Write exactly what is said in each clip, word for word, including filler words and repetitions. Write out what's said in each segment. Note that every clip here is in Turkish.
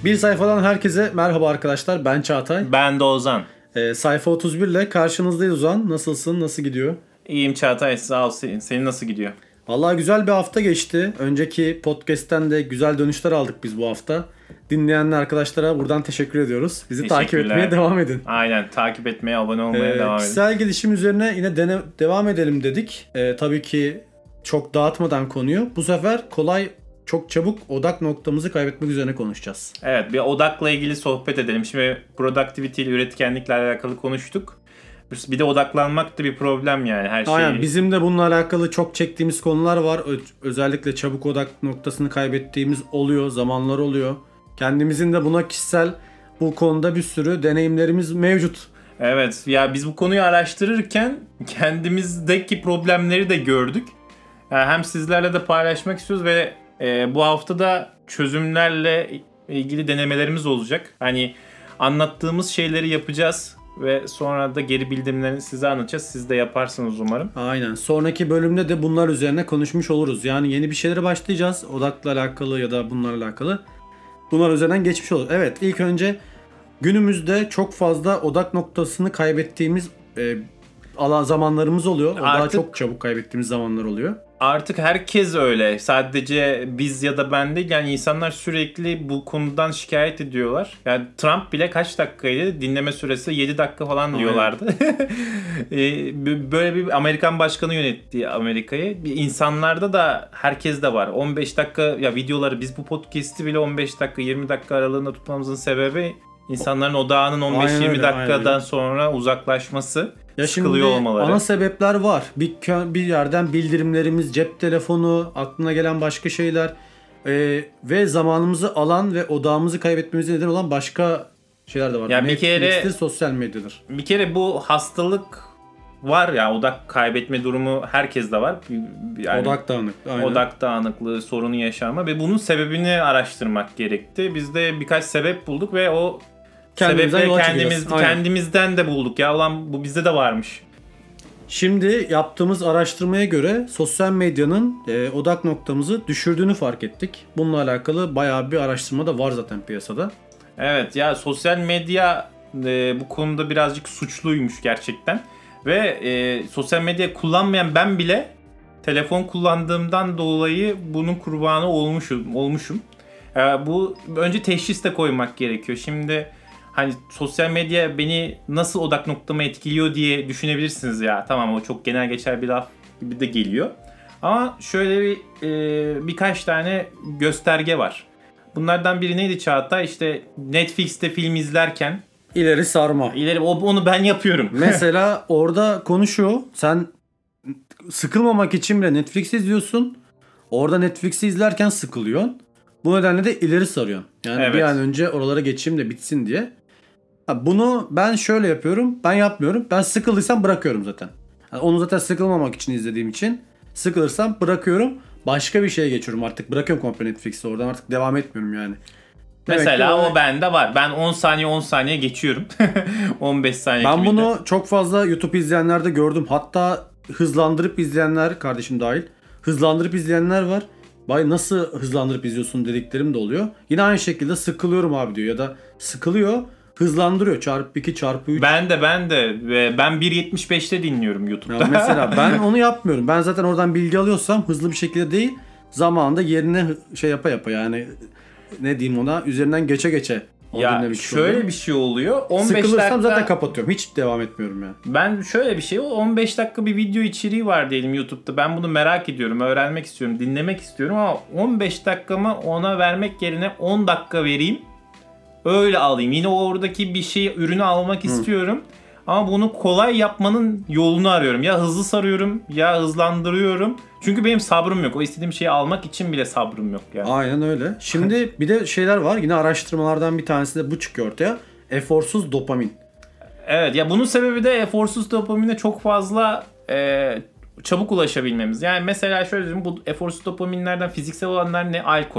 Bir sayfadan herkese merhaba arkadaşlar. Ben Çağatay. Ben de Ozan. Ee, sayfa otuz bir ile karşınızdayız Ozan. Nasılsın? Nasıl gidiyor? İyiyim Çağatay. Sağ ol. Senin nasıl gidiyor? Vallahi güzel bir hafta geçti. Önceki podcast'ten de güzel dönüşler aldık biz bu hafta. Dinleyen arkadaşlara buradan teşekkür ediyoruz. Bizi takip etmeye devam edin. Aynen. Takip etmeye, abone olmaya ee, devam edin. Kişisel gelişim üzerine yine dene, devam edelim dedik. Ee, tabii ki çok dağıtmadan konuyu. Bu sefer kolay, çok çabuk odak noktamızı kaybetmek üzerine konuşacağız. Evet, bir odakla ilgili sohbet edelim. Şimdi productivity ile üretkenlikle alakalı konuştuk. Bir de odaklanmak da bir problem yani her şey. Aynen, bizim de bununla alakalı çok çektiğimiz konular var. Ö- özellikle çabuk odak noktasını kaybettiğimiz oluyor, zamanlar oluyor. Kendimizin de buna kişisel bu konuda bir sürü deneyimlerimiz mevcut. Evet, ya biz bu konuyu araştırırken kendimizdeki problemleri de gördük. Yani hem sizlerle de paylaşmak istiyoruz ve e, bu hafta da çözümlerle ilgili denemelerimiz olacak. Hani anlattığımız şeyleri yapacağız ve sonra da geri bildirimlerini size anlatacağız. Siz de yaparsınız umarım. Aynen. Sonraki bölümde de bunlar üzerine konuşmuş oluruz. Yani yeni bir şeylere başlayacağız. Odakla alakalı ya da bunlarla alakalı. Bunlar üzerinden geçmiş olur. Evet, ilk önce günümüzde çok fazla odak noktasını kaybettiğimiz e, alan zamanlarımız oluyor. O Artık... daha çok çabuk kaybettiğimiz zamanlar oluyor. Artık herkes öyle. Sadece biz ya da ben değil. Yani insanlar sürekli bu konudan şikayet ediyorlar. Yani Trump bile kaç dakikaydı? Dinleme süresi yedi dakika falan diyorlardı. Böyle bir Amerikan başkanı yönetti Amerika'yı. İnsanlarda da herkes de var. on beş dakika ya videoları, biz bu podcast'i bile on beş dakika yirmi dakika aralığında tutmamızın sebebi insanların odağının on beş yirmi dakikadan aynen. sonra uzaklaşması. Ya şimdi olmaları. Ana sebepler var. Bir, bir yerden bildirimlerimiz, cep telefonu, aklına gelen başka şeyler ee, ve zamanımızı alan ve odağımızı kaybetmemize neden olan başka şeyler de var. Ya bir kere sosyal medyadır. Bir kere bu hastalık var ya, odak kaybetme durumu herkeste var. Yani odak dağınıklığı. Aynen. Odak dağınıklığı sorunu yaşama ve bunun sebebini araştırmak gerekti. Biz de birkaç sebep bulduk ve o sebepleri kendimiz, kendimizden de bulduk. Ya ulan bu bizde de varmış. Şimdi yaptığımız araştırmaya göre sosyal medyanın e, odak noktamızı düşürdüğünü fark ettik. Bununla alakalı bayağı bir araştırma da var zaten piyasada. Evet ya, sosyal medya e, bu konuda birazcık suçluymuş gerçekten. Ve e, sosyal medya kullanmayan ben bile telefon kullandığımdan dolayı bunun kurbanı olmuşum. olmuşum. E, bu önce teşhis de koymak gerekiyor. Şimdi hani sosyal medya beni nasıl odak noktama etkiliyor diye düşünebilirsiniz ya. Tamam, o çok genel geçer bir laf gibi de geliyor. Ama şöyle bir e, birkaç tane gösterge var. Bunlardan biri neydi Çağatay? İşte Netflix'te film izlerken İleri sarma. İleri onu ben yapıyorum. Mesela orada konuşuyor. Sen sıkılmamak için bile Netflix izliyorsun. Orada Netflix'i izlerken sıkılıyorsun. Bu nedenle de ileri sarıyorsun. Yani evet. Bir an önce oralara geçeyim de bitsin diye. Bunu ben şöyle yapıyorum. Ben yapmıyorum. Ben sıkıldıysam bırakıyorum zaten. Yani onu zaten sıkılmamak için izlediğim için. Sıkılırsam bırakıyorum. Başka bir şeye geçiyorum artık. Bırakıyorum komple Netflix'i. Oradan artık devam etmiyorum yani. Mesela o bende var. Ben on saniye on saniye geçiyorum. on beş saniye Ben gibi bunu de. çok fazla YouTube izleyenlerde gördüm. Hatta hızlandırıp izleyenler, kardeşim dahil, hızlandırıp izleyenler var. Bay nasıl hızlandırıp izliyorsun dediklerim de oluyor. Yine aynı şekilde sıkılıyorum abi diyor ya da sıkılıyor, hızlandırıyor. Çarpı iki, çarpı üç. Ben de ben de ben bir yetmiş beşte dinliyorum YouTube'da. Ya mesela ben onu yapmıyorum. Ben zaten oradan bilgi alıyorsam hızlı bir şekilde değil, zamanında yerine şey yapa yapa yani ne diyeyim ona, üzerinden geçe geçe. Ya şöyle oluyor. Bir şey oluyor. on beş Sıkılırsam dakika... zaten kapatıyorum. Hiç devam etmiyorum yani. Ben şöyle bir şey, on beş dakika bir video içeriği var diyelim YouTube'da. Ben bunu merak ediyorum, öğrenmek istiyorum, dinlemek istiyorum ama on beş dakikamı ona vermek yerine on dakika vereyim. Öyle alayım. Yine oradaki bir şeyi, ürünü almak Hı. istiyorum. Ama bunu kolay yapmanın yolunu arıyorum. Ya hızlı sarıyorum ya hızlandırıyorum. Çünkü benim sabrım yok. O istediğim şeyi almak için bile sabrım yok yani. Aynen öyle. Şimdi bir de şeyler var. Yine araştırmalardan bir tanesi de bu çıkıyor ortaya. Eforsuz dopamin. Evet ya, bunun sebebi de eforsuz dopamine çok fazla e, çabuk ulaşabilmemiz. Yani mesela şöyle diyeyim, bu eforsuz dopaminlerden fiziksel olanlar ne? Alkol.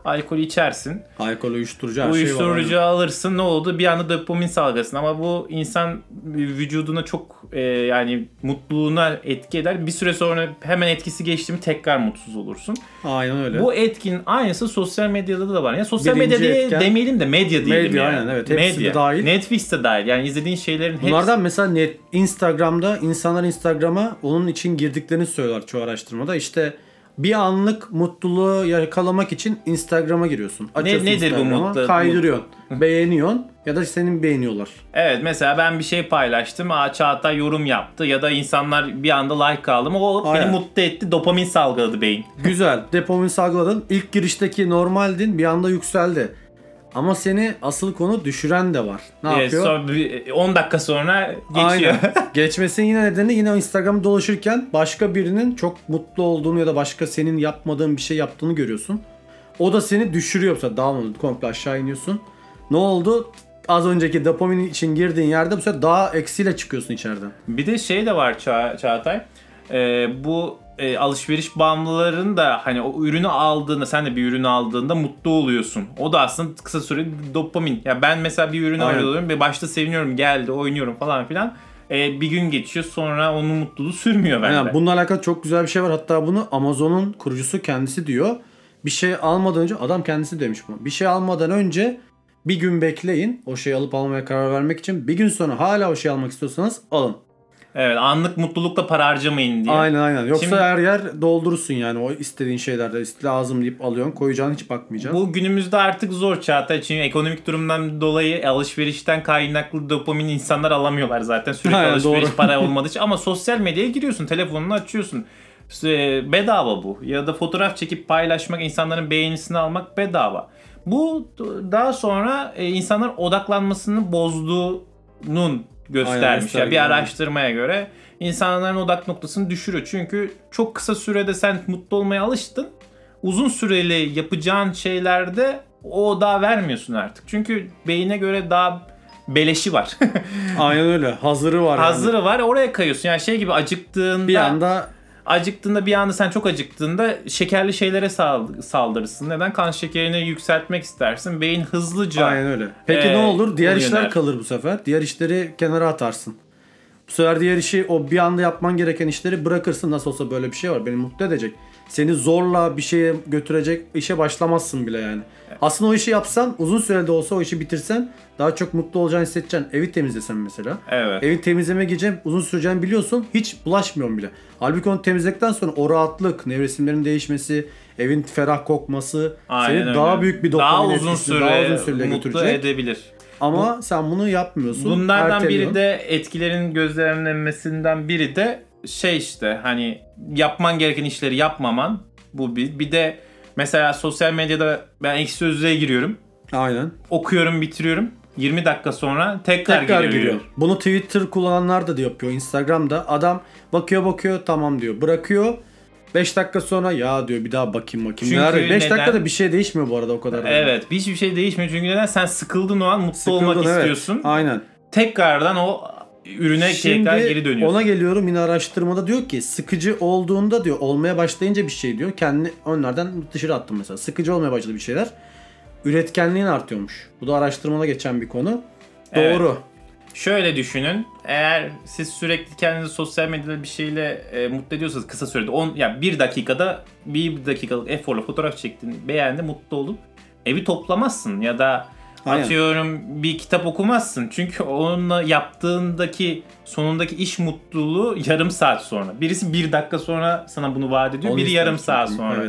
Alkolü içersin. Alkol, uyuşturucu her şey var. Uyuşturucu alırsın, ne oldu? Bir anda dopamin salgısın ama bu insan vücuduna çok e, yani mutluluğuna etki eder. Bir süre sonra hemen etkisi geçti mi tekrar mutsuz olursun. Aynen öyle. Bu etkin aynısı sosyal medyada da var. Yani sosyal Birinci medya diye etken, demeyelim de medya diyelim. Medya yani. aynen evet. Hepsi Medya. de dahil. Netflix de dahil. Yani izlediğin şeylerin hepsi. Bunlardan mesela net, Instagram'da insanlar Instagram'a onun için girdiklerini söylüyorlar çoğu araştırmada. İşte bir anlık mutluluğu yakalamak için Instagram'a giriyorsun. Açıyorsun ne, nedir bu mutluluk? Kaydırıyorsun. Beğeniyorsun ya da senin beğeniyorlar. Evet, mesela ben bir şey paylaştım. Aa, Çağatay yorum yaptı ya da insanlar bir anda like aldı. O aynen. beni mutlu etti. Dopamin salgıladı beyin. Güzel. Dopamin salgıladın. İlk girişteki normaldin, bir anda yükseldi. Ama seni asıl konu düşüren de var. Ne evet, yapıyor? Sonra on dakika sonra geçiyor. Aynen. Geçmesinin yine nedeni yine Instagram'da dolaşırken başka birinin çok mutlu olduğunu ya da başka senin yapmadığın bir şey yaptığını görüyorsun. O da seni düşürüyor. Mesela download komple aşağı iniyorsun. Ne oldu? Az önceki dopamin için girdiğin yerde bu sefer daha eksiyle çıkıyorsun içeriden. Bir de şey de var Ça- Çağatay. Ee, bu e, alışveriş bağımlıların da hani o ürünü aldığında, sen de bir ürünü aldığında mutlu oluyorsun. O da aslında kısa süreli dopamin. Ya ben mesela bir ürünü alıyorum ve başta seviniyorum, geldi, oynuyorum falan filan. Ee, bir gün geçiyor, sonra onun mutluluğu sürmüyor bende. Yani bununla alakalı çok güzel bir şey var. Hatta bunu Amazon'un kurucusu kendisi diyor. Bir şey almadan önce, adam kendisi demiş bunu. Bir şey almadan önce bir gün bekleyin. O şeyi alıp almaya karar vermek için. Bir gün sonra hala o şeyi almak istiyorsanız alın. Evet, anlık mutlulukla para harcamayın diye. Aynen aynen. Yoksa Şimdi, her yer doldurursun yani. O istediğin şeylerde lazım deyip alıyorsun. Koyacağın hiç bakmayacaksın. Bu günümüzde artık zor Çağatay. Çünkü ekonomik durumdan dolayı alışverişten kaynaklı dopamin insanlar alamıyorlar zaten. Sürekli Aynen, alışveriş doğru. para olmadığı için. Ama sosyal medyaya giriyorsun. Telefonunu açıyorsun. İşte bedava bu. Ya da fotoğraf çekip paylaşmak, insanların beğenisini almak bedava. Bu daha sonra insanların odaklanmasını bozduğunun göstermiş. Aynen, ya bir araştırmaya göre insanların odak noktasını düşürüyor. Çünkü çok kısa sürede sen mutlu olmaya alıştın. Uzun süreli yapacağın şeylerde o odağı vermiyorsun artık. Çünkü beyine göre daha beleşi var. Aynen öyle. Hazırı var. Hazırı yani. var. Oraya kayıyorsun. Yani şey gibi acıktığında bir anda acıktığında bir anda sen çok acıktığında şekerli şeylere saldırırsın. Neden? Kan şekerini yükseltmek istersin. Beyin hızlıca aynen öyle. Peki ee, ne olur? Diğer işler yöner. kalır bu sefer. Diğer işleri kenara atarsın. Bu sefer diğer işi, o bir anda yapman gereken işleri bırakırsın. Nasıl olsa böyle bir şey var. Beni mutlu edecek. Seni zorla bir şeye götürecek işe başlamazsın bile yani. Aslında o işi yapsan, uzun sürede olsa o işi bitirsen daha çok mutlu olacağını hissedeceksin. Evi temizlesen mesela. Evet. Evi temizleme gideceğim, uzun süreceğini biliyorsun. Hiç bulaşmıyorsun bile. Halbuki onu temizledikten sonra o rahatlık, nevresimlerin değişmesi, evin ferah kokması aynen seni öyle. daha büyük bir dopamin daha uzun etkisini, süre daha uzun süre mutlu götürecek. edebilir. Ama bu, sen bunu yapmıyorsun. Bunlardan erteliyorsun. biri de etkilerin gözlemlenmesinden biri de şey işte hani yapman gereken işleri yapmaman. Bu bir. Bir de mesela sosyal medyada ben Ekşi Sözlüğe giriyorum. Aynen. Okuyorum, bitiriyorum. yirmi dakika sonra tekrar, tekrar giriyor. giriyor. Bunu Twitter kullananlar da yapıyor. Instagram'da adam bakıyor bakıyor tamam diyor. Bırakıyor. beş dakika sonra ya diyor bir daha bakayım bakayım. Çünkü beş neden? dakikada bir şey değişmiyor bu arada o kadar. Evet, hiçbir şey değişmiyor çünkü neden? Sen sıkıldın o an, mutlu Sıkıldın, olmak evet. istiyorsun. Aynen. Tekrardan o ürüne Şimdi tekrar geri dönüyorsun. ona geliyorum, yine araştırmada diyor ki sıkıcı olduğunda diyor, olmaya başlayınca bir şey diyor. Kendini önlerden dışarı attım mesela. Sıkıcı olmaya başladı bir şeyler. Üretkenliğin artıyormuş. Bu da araştırmada geçen bir konu. Evet. Doğru. Şöyle düşünün. Eğer siz sürekli kendinizi sosyal medyada bir şeyle e, mutlu ediyorsanız kısa sürede on yani bir dakikada bir dakikalık eforla fotoğraf çektin, beğendi, mutlu olup evi toplamazsın ya da aynen. atıyorum bir kitap okumazsın. Çünkü onunla yaptığındaki sonundaki iş mutluluğu yarım saat sonra. Birisi bir dakika sonra sana bunu vaat ediyor. Onu biri yarım saat çünkü. sonra. Evet.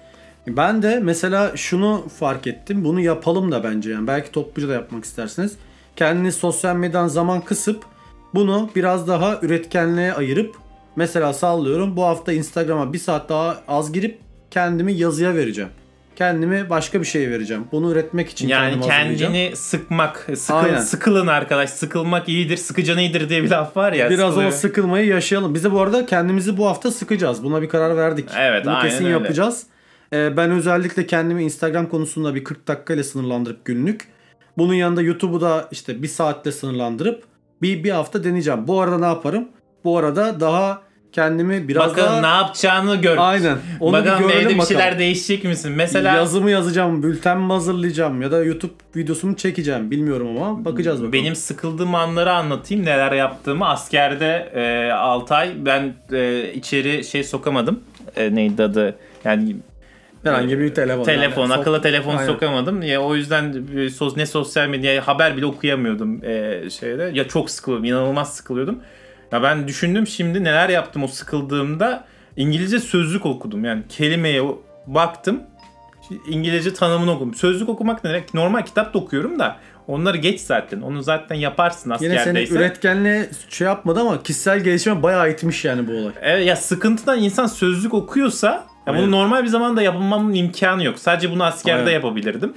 Ben de mesela şunu fark ettim. Bunu yapalım da bence yani. Belki topluca da yapmak istersiniz. Kendiniz sosyal medyadan zaman kısıp bunu biraz daha üretkenliğe ayırıp mesela sallıyorum bu hafta Instagram'a bir saat daha az girip kendimi yazıya vereceğim. Kendimi başka bir şeye vereceğim. Bunu üretmek için yani kendimi hazırlayacağım. kendini sıkmak, sıkıl, sıkılın arkadaş. Sıkılmak iyidir, sıkıcan iyidir diye bir laf var ya. Biraz sıkılıyor. o sıkılmayı yaşayalım. Biz de bu arada kendimizi bu hafta sıkacağız. Buna bir karar verdik. Evet, Bunu aynen kesin öyle. yapacağız. Ee, ben özellikle kendimi Instagram konusunda bir kırk dakikayla sınırlandırıp günlük. Bunun yanında YouTube'u da işte bir saatte sınırlandırıp bir, bir hafta deneyeceğim. Bu arada ne yaparım? Bu arada daha kendimi biraz bakalım daha... ne yapacağını gör. Aynen. Onu bakalım evde bir şeyler bakalım. Değişecek misin? Mesela yazımı yazacağım, bülten mi hazırlayacağım ya da YouTube videosumu çekeceğim. Bilmiyorum ama bakacağız bakalım. Benim sıkıldığım anları anlatayım. Neler yaptığımı. Askerde e, altı ay ben e, içeri şey sokamadım. E, neydi adı? Yani herhangi bir telefon. Telefon, yani. akıllı telefon Aynen. sokamadım. Ya o yüzden ne sosyal medyaya haber bile okuyamıyordum e, şeyde. Ya çok sıkılıyordum, inanılmaz sıkılıyordum. Ya ben düşündüm şimdi neler yaptım o sıkıldığımda. İngilizce sözlük okudum. Yani kelimeye baktım. İngilizce tanımını okudum. Sözlük okumak ne demek? Normal kitap da okuyorum da onları geç zaten. Onu zaten yaparsın askerdeyse. Yine seni üretkenliğe şey yapmadı ama kişisel gelişime bayağı itmiş yani bu olay. Evet ya, sıkıntıdan insan sözlük okuyorsa ya bunu normal bir zamanda yapılmamın imkanı yok. Sadece bunu askerde Aynen. yapabilirdim.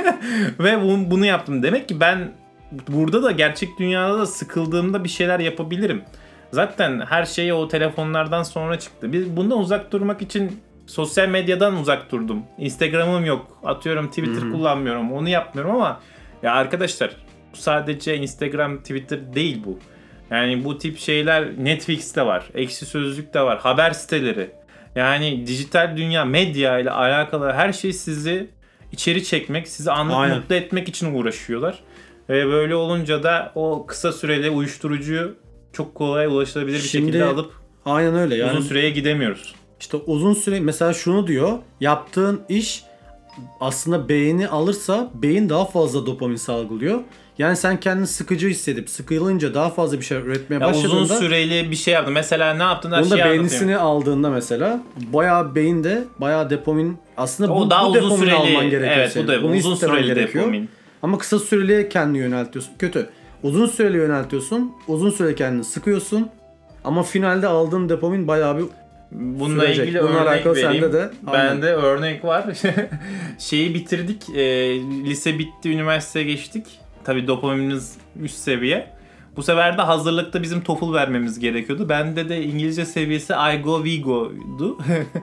Ve bunu, bunu yaptım. Demek ki ben burada da gerçek dünyada da sıkıldığımda bir şeyler yapabilirim. Zaten her şey o telefonlardan sonra çıktı. Biz bundan uzak durmak için sosyal medyadan uzak durdum. Instagram'ım yok. Atıyorum Twitter Hı-hı. kullanmıyorum. Onu yapmıyorum ama ya arkadaşlar sadece Instagram, Twitter değil bu. Yani bu tip şeyler Netflix'te var. Ekşi Sözlük'te var. Haber siteleri. Yani dijital dünya, medya ile alakalı her şey sizi içeri çekmek, sizi anlık mutlu etmek için uğraşıyorlar. Ve böyle olunca da o kısa süreli uyuşturucuyu çok kolay ulaşılabilir bir Şimdi, şekilde alıp aynen öyle. Yani, uzun süreye gidemiyoruz. İşte uzun süre mesela şunu diyor. Yaptığın iş aslında beyni alırsa beyin daha fazla dopamin salgılıyor. Yani sen kendini sıkıcı hissedip sıkılınca daha fazla bir şey üretmeye ya başladığında uzun süreli bir şey yaptın. Mesela ne yaptın? Onu da şey beynisini aldığında mesela bayağı beyinde bayağı dopamin aslında o bu, daha bu uzun dopamin süreli, alman gerekiyor. Evet, senin. bu da Bunu uzun süreli gerekiyor. dopamin. Ama kısa süreli kendini yöneltiyorsun. Kötü. Uzun süreli yöneltiyorsun. Uzun süreli kendini sıkıyorsun. Ama finalde aldığın dopamin bayağı bir bununla sürecek. ilgili Bununla örnek vereyim. Sende de, Bende örnek var. Şeyi bitirdik. E, lise bitti, üniversiteye geçtik. Tabii dopaminimiz üst seviye. Bu sefer de hazırlıkta bizim TOEFL vermemiz gerekiyordu. Bende de İngilizce seviyesi I go we go'du.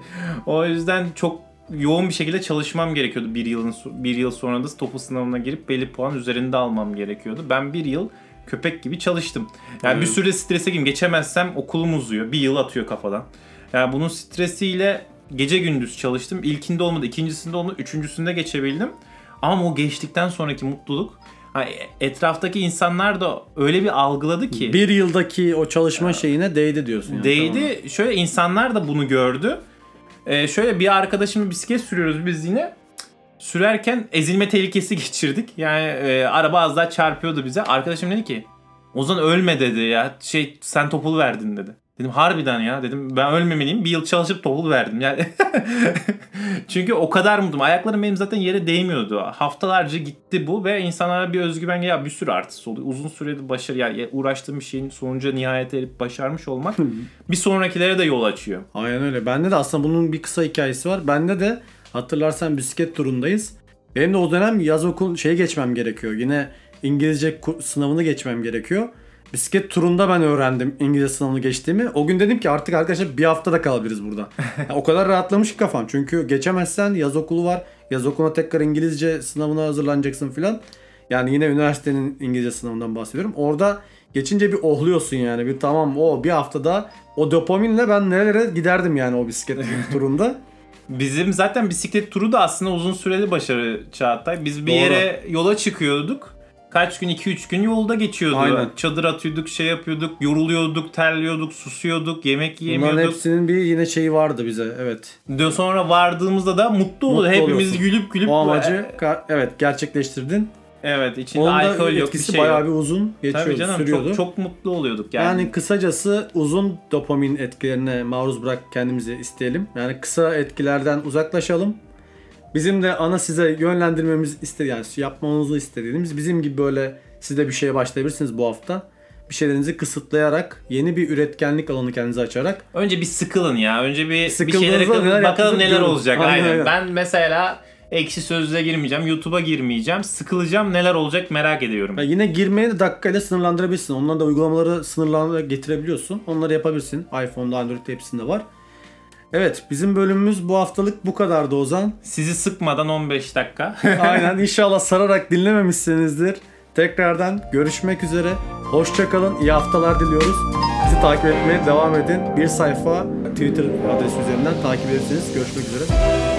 O yüzden çok yoğun bir şekilde çalışmam gerekiyordu. Bir yılın bir yıl sonra da TOEFL sınavına girip belli puan üzerinde almam gerekiyordu. Ben bir yıl köpek gibi çalıştım. Yani hmm. bir süre strese girdim. Geçemezsem okulum uzuyor. Bir yıl atıyor kafadan. Yani bunun stresiyle gece gündüz çalıştım. İlkinde olmadı, ikincisinde olmadı, üçüncüsünde geçebildim. Ama o geçtikten sonraki mutluluk, etraftaki insanlar da öyle bir algıladı ki. Bir yıldaki o çalışma ya, şeyine değdi diyorsun. Yani. Değdi. Tamam. Şöyle insanlar da bunu gördü. Ee, şöyle bir arkadaşımla bisiklet sürüyoruz biz yine. Sürerken ezilme tehlikesi geçirdik. Yani e, araba az daha çarpıyordu bize. Arkadaşım dedi ki Ozan ölme dedi ya. Şey sen TOEFL verdin dedi. Dedim harbiden ya dedim ben ölmemeliyim. Bir yıl çalışıp TOEFL verdim. Yani çünkü o kadar mutluyum. Ayaklarım benim zaten yere değmiyordu. Haftalarca gitti bu ve insanlara bir özgüven ya bir sürü artist oluyor. Uzun sürede başarı yani uğraştığım bir şeyin sonuca nihayet erip başarmış olmak bir sonrakilere de yol açıyor. Aynen öyle. Bende de aslında bunun bir kısa hikayesi var. Bende de hatırlarsan bisiklet turundayız. Benim de o dönem yaz okul şeyi geçmem gerekiyor. Yine İngilizce sınavını geçmem gerekiyor. Bisiklet turunda ben öğrendim İngilizce sınavını geçtiğimi. O gün dedim ki artık arkadaşlar bir hafta da kalabiliriz burada. Yani o kadar rahatlamış ki kafam. Çünkü geçemezsen yaz okulu var. Yaz okuluna tekrar İngilizce sınavına hazırlanacaksın filan. Yani yine üniversitenin İngilizce sınavından bahsediyorum. Orada geçince bir ohluyorsun yani. Bir tamam o bir haftada o dopaminle ben nerelere giderdim yani o bisiklet turunda. Bizim zaten bisiklet turu da aslında uzun süreli başarı Çağatay. Biz bir Doğru. yere yola çıkıyorduk. Kaç gün, iki üç gün yolda geçiyordu. Aynen. Çadır atıyorduk, şey yapıyorduk, yoruluyorduk, terliyorduk, susuyorduk, yemek yiyemiyorduk. Bunların hepsinin bir yine şeyi vardı bize, evet. Sonra vardığımızda da mutlu oldu. Hepimiz oluyorsun. gülüp gülüp. O amacı evet gerçekleştirdin. Evet, içinde alkol yok, bir şey bayağı yok. bir uzun geçiyordu, Tabii canım, sürüyordu. Çok, çok mutlu oluyorduk yani. Yani kısacası uzun dopamin etkilerine maruz bırak kendimizi isteyelim. Yani kısa etkilerden uzaklaşalım. Bizim de ana size yönlendirmemiz istedi yani yapmanızı istediğimiz bizim gibi böyle siz de bir şeye başlayabilirsiniz bu hafta. Bir şeylerinizi kısıtlayarak yeni bir üretkenlik alanı kendinize açarak. Önce bir sıkılın ya. Önce bir, bir şeylere neler bakalım neler görün. olacak. Aynen. Aynen. Aynen. Ben mesela Ekşi Sözlüğe girmeyeceğim, YouTube'a girmeyeceğim. Sıkılacağım, neler olacak merak ediyorum. Ya yine girmeyi de dakikayla sınırlandırabilirsin. Ondan da uygulamaları sınırlandırarak getirebiliyorsun. Onları yapabilirsin. iPhone'da, Android'de hepsinde var. Evet, bizim bölümümüz bu haftalık bu kadardı Ozan. Sizi sıkmadan on beş dakika. Aynen, inşallah sararak dinlememişsinizdir. Tekrardan görüşmek üzere. Hoşça kalın, iyi haftalar diliyoruz. Bizi takip etmeye devam edin. Bir sayfa Twitter adresi üzerinden takip ederseniz görüşmek üzere.